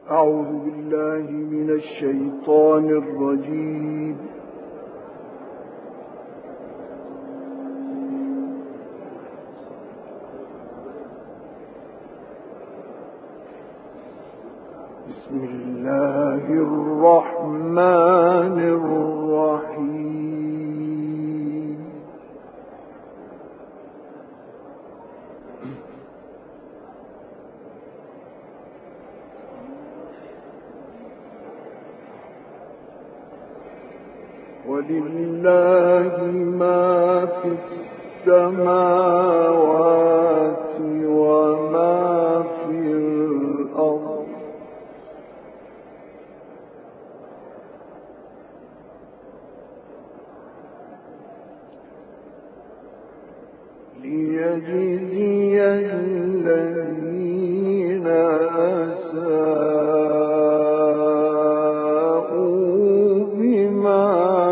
أعوذ بالله من الشيطان الرجيم. بسم الله الرحمن الرحيم. ولله ما في السماوات وما في الأرض ليجزي الذين أساءوا بما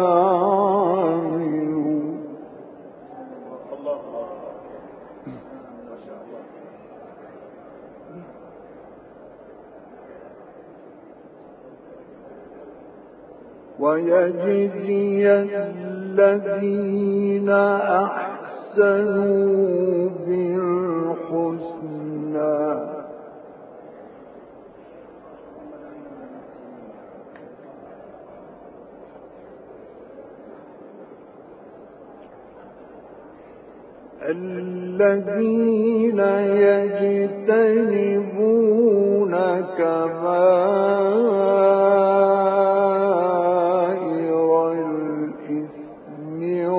عملوا. ويجزي الذين أحسنوا بالحسنى الذين يجتنبون كبائر الإثم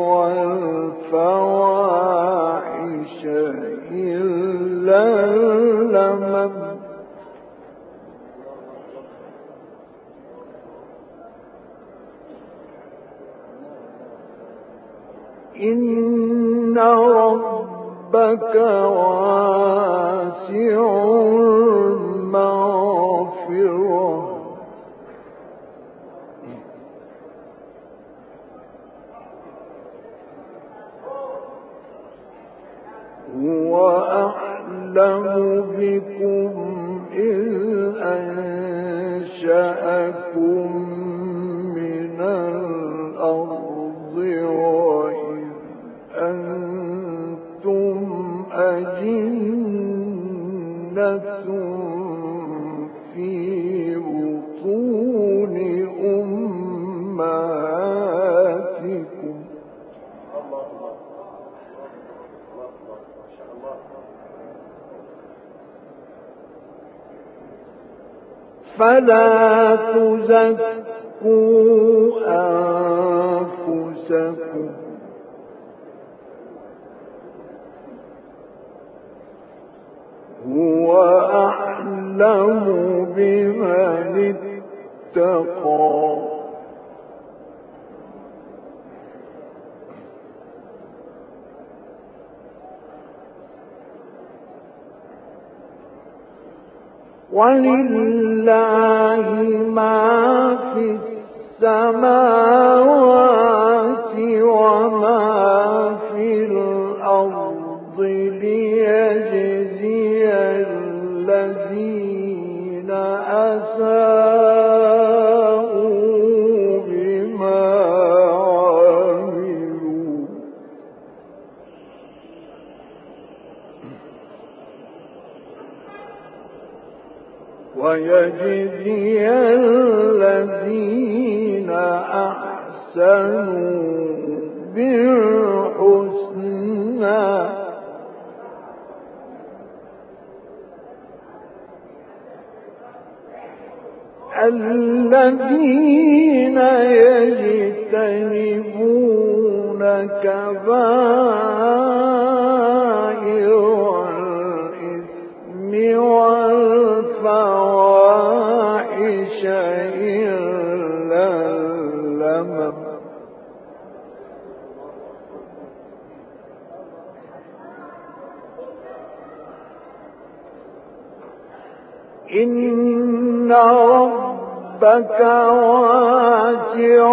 والفواحش إلا اللمم إن ربك واسع المغفرة هو أعلم بكم إذ أنشأكم من الأرض وإذ أنتم أجنة في بطون أمهاتكم فلا تزكوا أنفسكم هو أعلم بمن اتقى ولله ما في السماوات وما في الأرض ليجزي الذين أساءوا بما عملوا ويجزي الذين أحسنوا بالحسنى الذين يجتنبون كبائر الإثم والفواحش إلا اللمم إن ربك واسع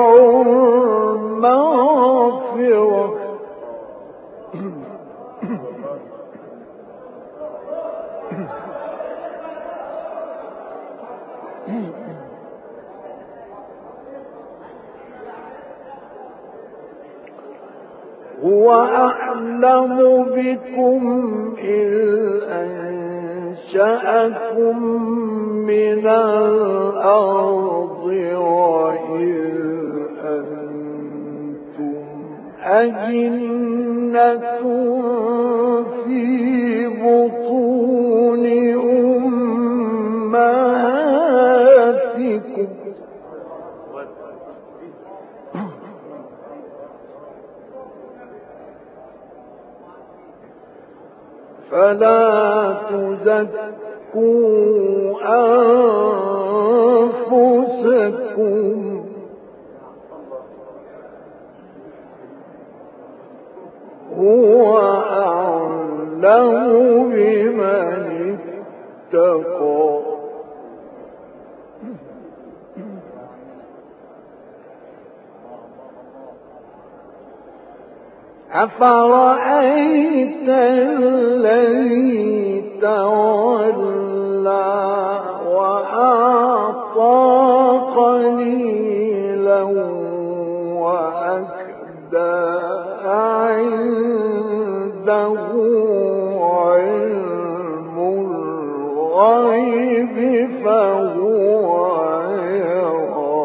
المغفرة هو أعلم بكم إذ أنشأكم من الأرض وإذ أنتم أجنة في بطون أمهاتكم فلا تزكوا أنفسكم هو أعلم بمن اتقى أفرأيت الذي تولى وأعطى قليلا وأكدى عنده علم الغيب فهو يرى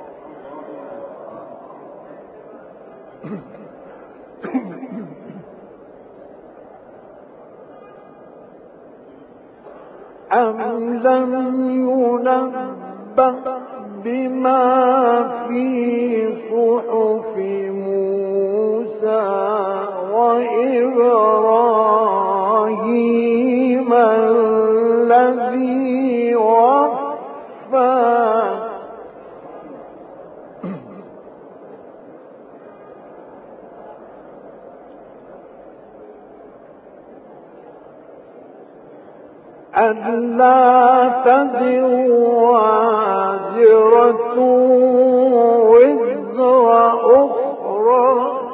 أم لم ينبأ بما في صحف موسى وإبراهيم الذي وفى ألا تزر وازرة وزر أخرى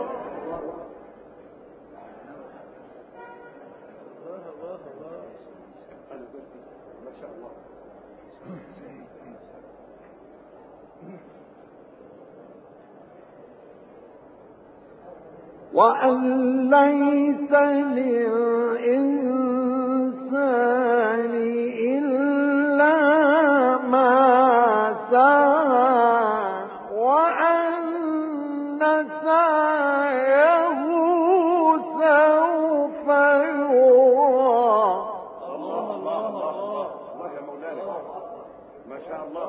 وأن ليس للإنسان إلا ما سعى وأن سعيه سوف يرى الله الله الله يا مولانا ما شاء الله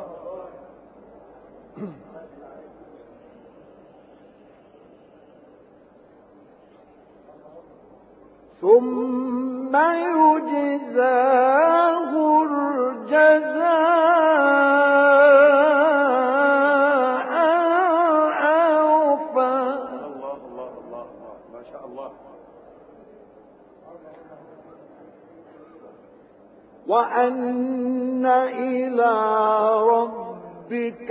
ثم يجزاه الجزاء الأوفى الله الله الله ما شاء الله وأن إلى ربك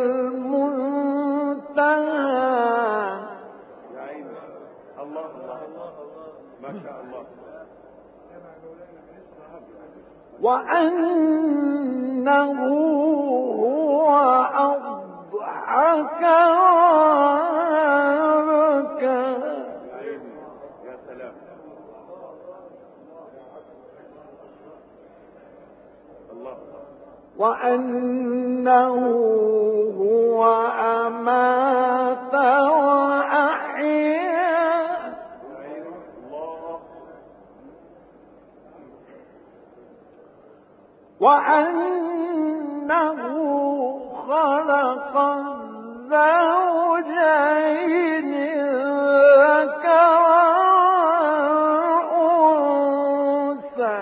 المنتهى يا عيني الله الله ما شاء الله وأنه هو أضحك وأبكى يا عيني يا سلام الله وأنه هو أمات وأحيا وأنه خلق الزوجين الذكر والأنثى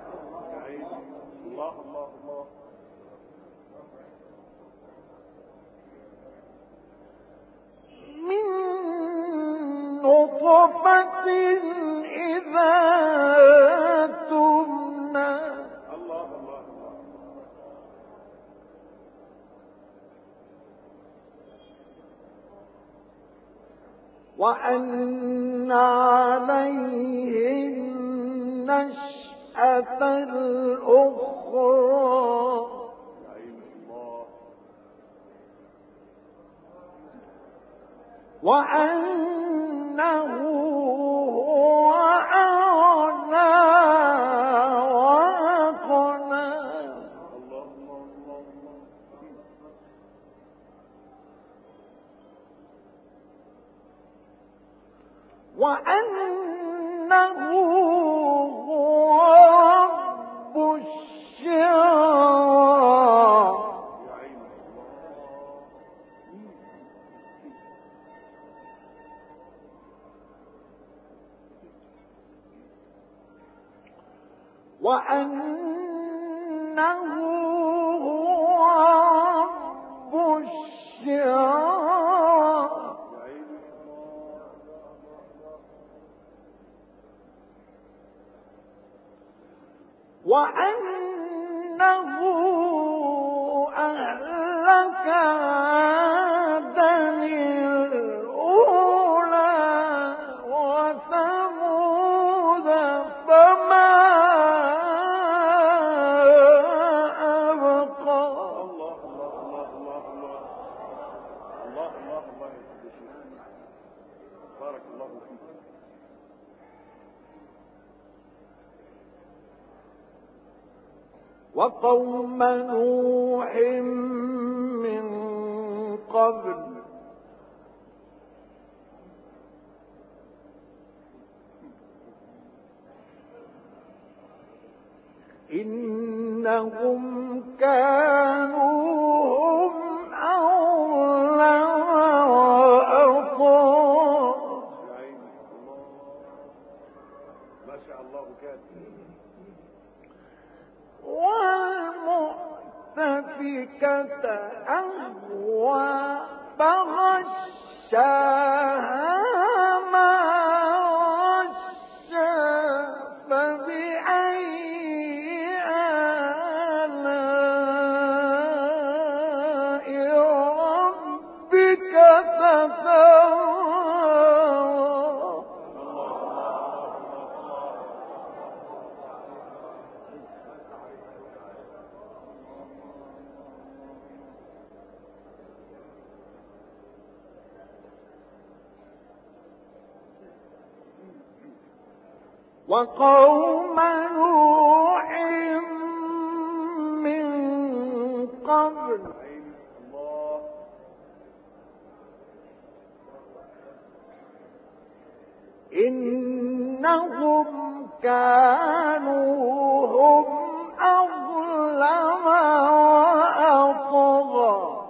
الله الله الله من نطفة إذا تمنى الله الله وأن عليه النشأة الأخرى وأنه هو أغنى وأقنى وأنه هو رب الشعرى وأنه هو رب الشعرى وأنه أهلك عادا الأولى وثمود فما أبقى الله الله الله الله الله الله الله بارك الله فيك. وقوم نوح من قبل إنهم كانوا هم أظلم وأطغى ما شاء الله كان. والمؤتفكة أهوى فغشاها ما غشا فبأي آلاء ربك تتمارى وقوم نوح من قبل إنهم كانوا هم أظلم وأطغى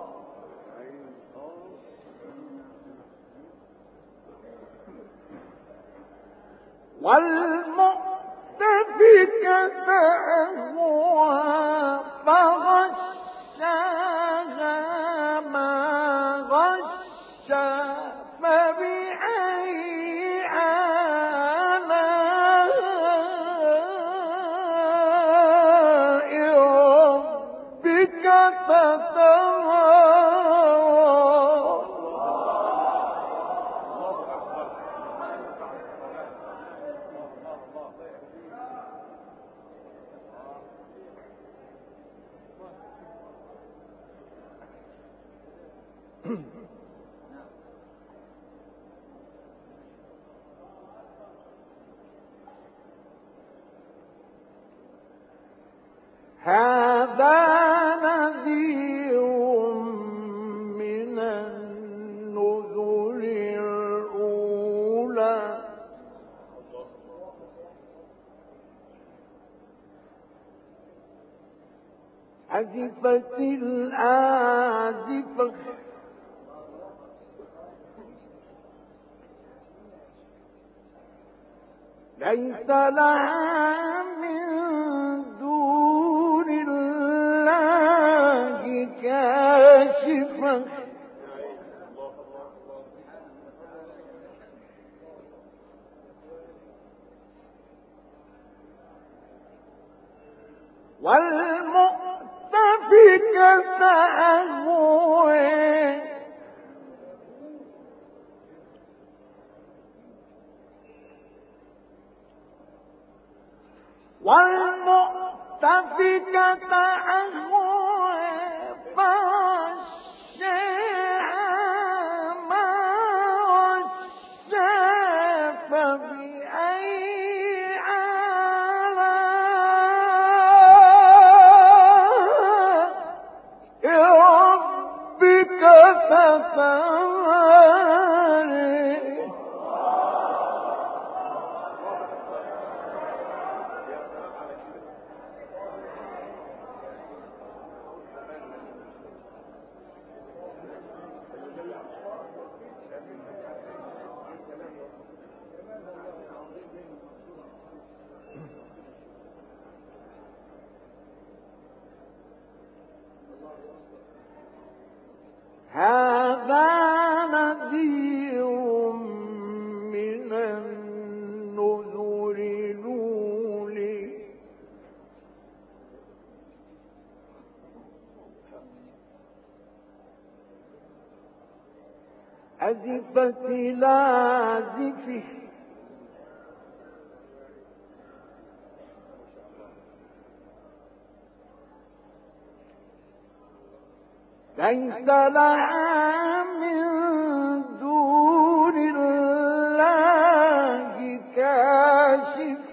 والمؤتفكة أهوى فغشاها ما غشا فبأي آلاء ربك تتمارى هذا نذير من النذر الأولى أزفت الآزفة ليس لها من دون الله كاشفة والمؤتفكة أهوى والمؤتفكة أهوى فغشاها ما هذا نذير من النذر الأولى أزفت لازفه ليس لها من دون الله كاشف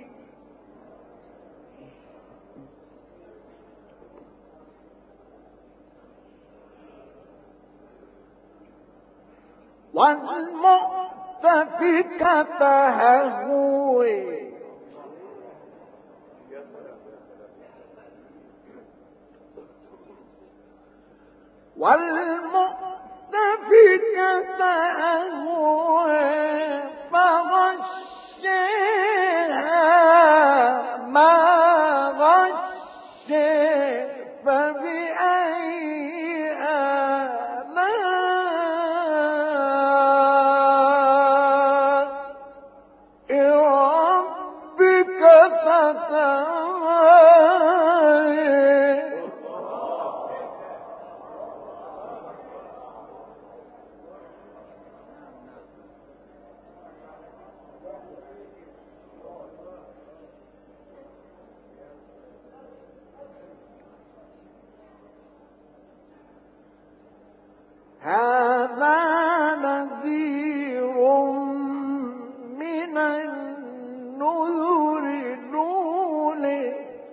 والمؤتفكة هوى والمؤتفكة أهوى فغشاها ما غشى فبأي آلاء ربك تتمارى هذا نذير من النذر الأولى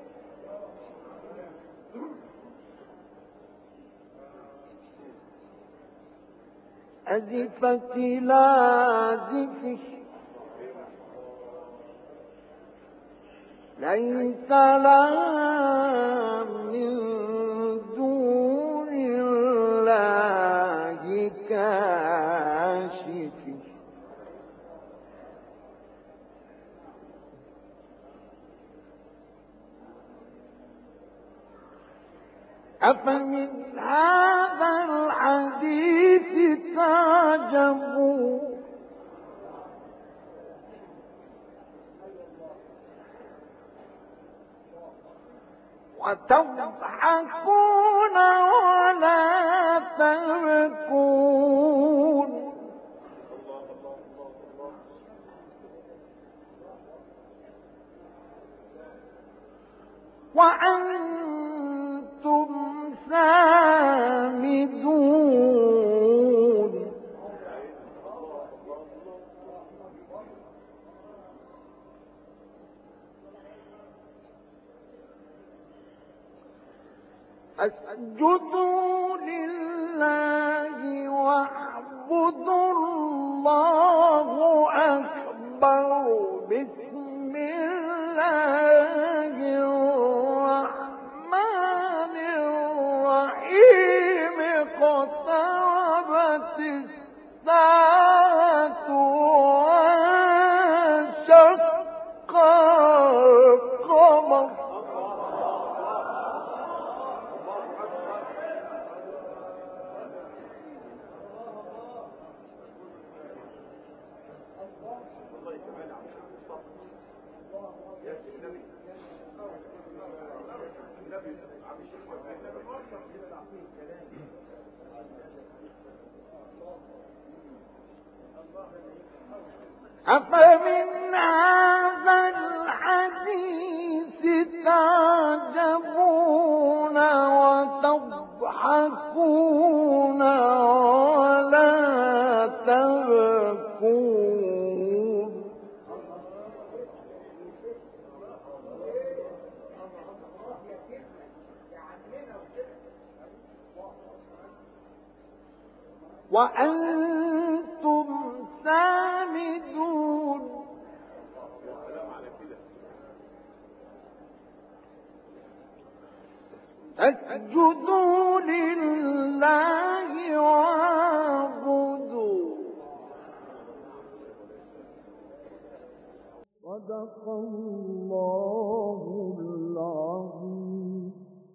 أزفت لازفه ليس لها من دون الله كاشف أفمن هذا الحديث تعجبون وتضحكون ولا تبكون وأنتم سامدون اسجدوا لله واعبدوا الله أكبر بسم الله الرحمن الرحيم اقتربت الساعة وانشق القمر أفمن هذا الحديث تعجبون وتضحكون ولا تبكون وأنتم سامدون اسجدوا لله واعبدوا صدق الله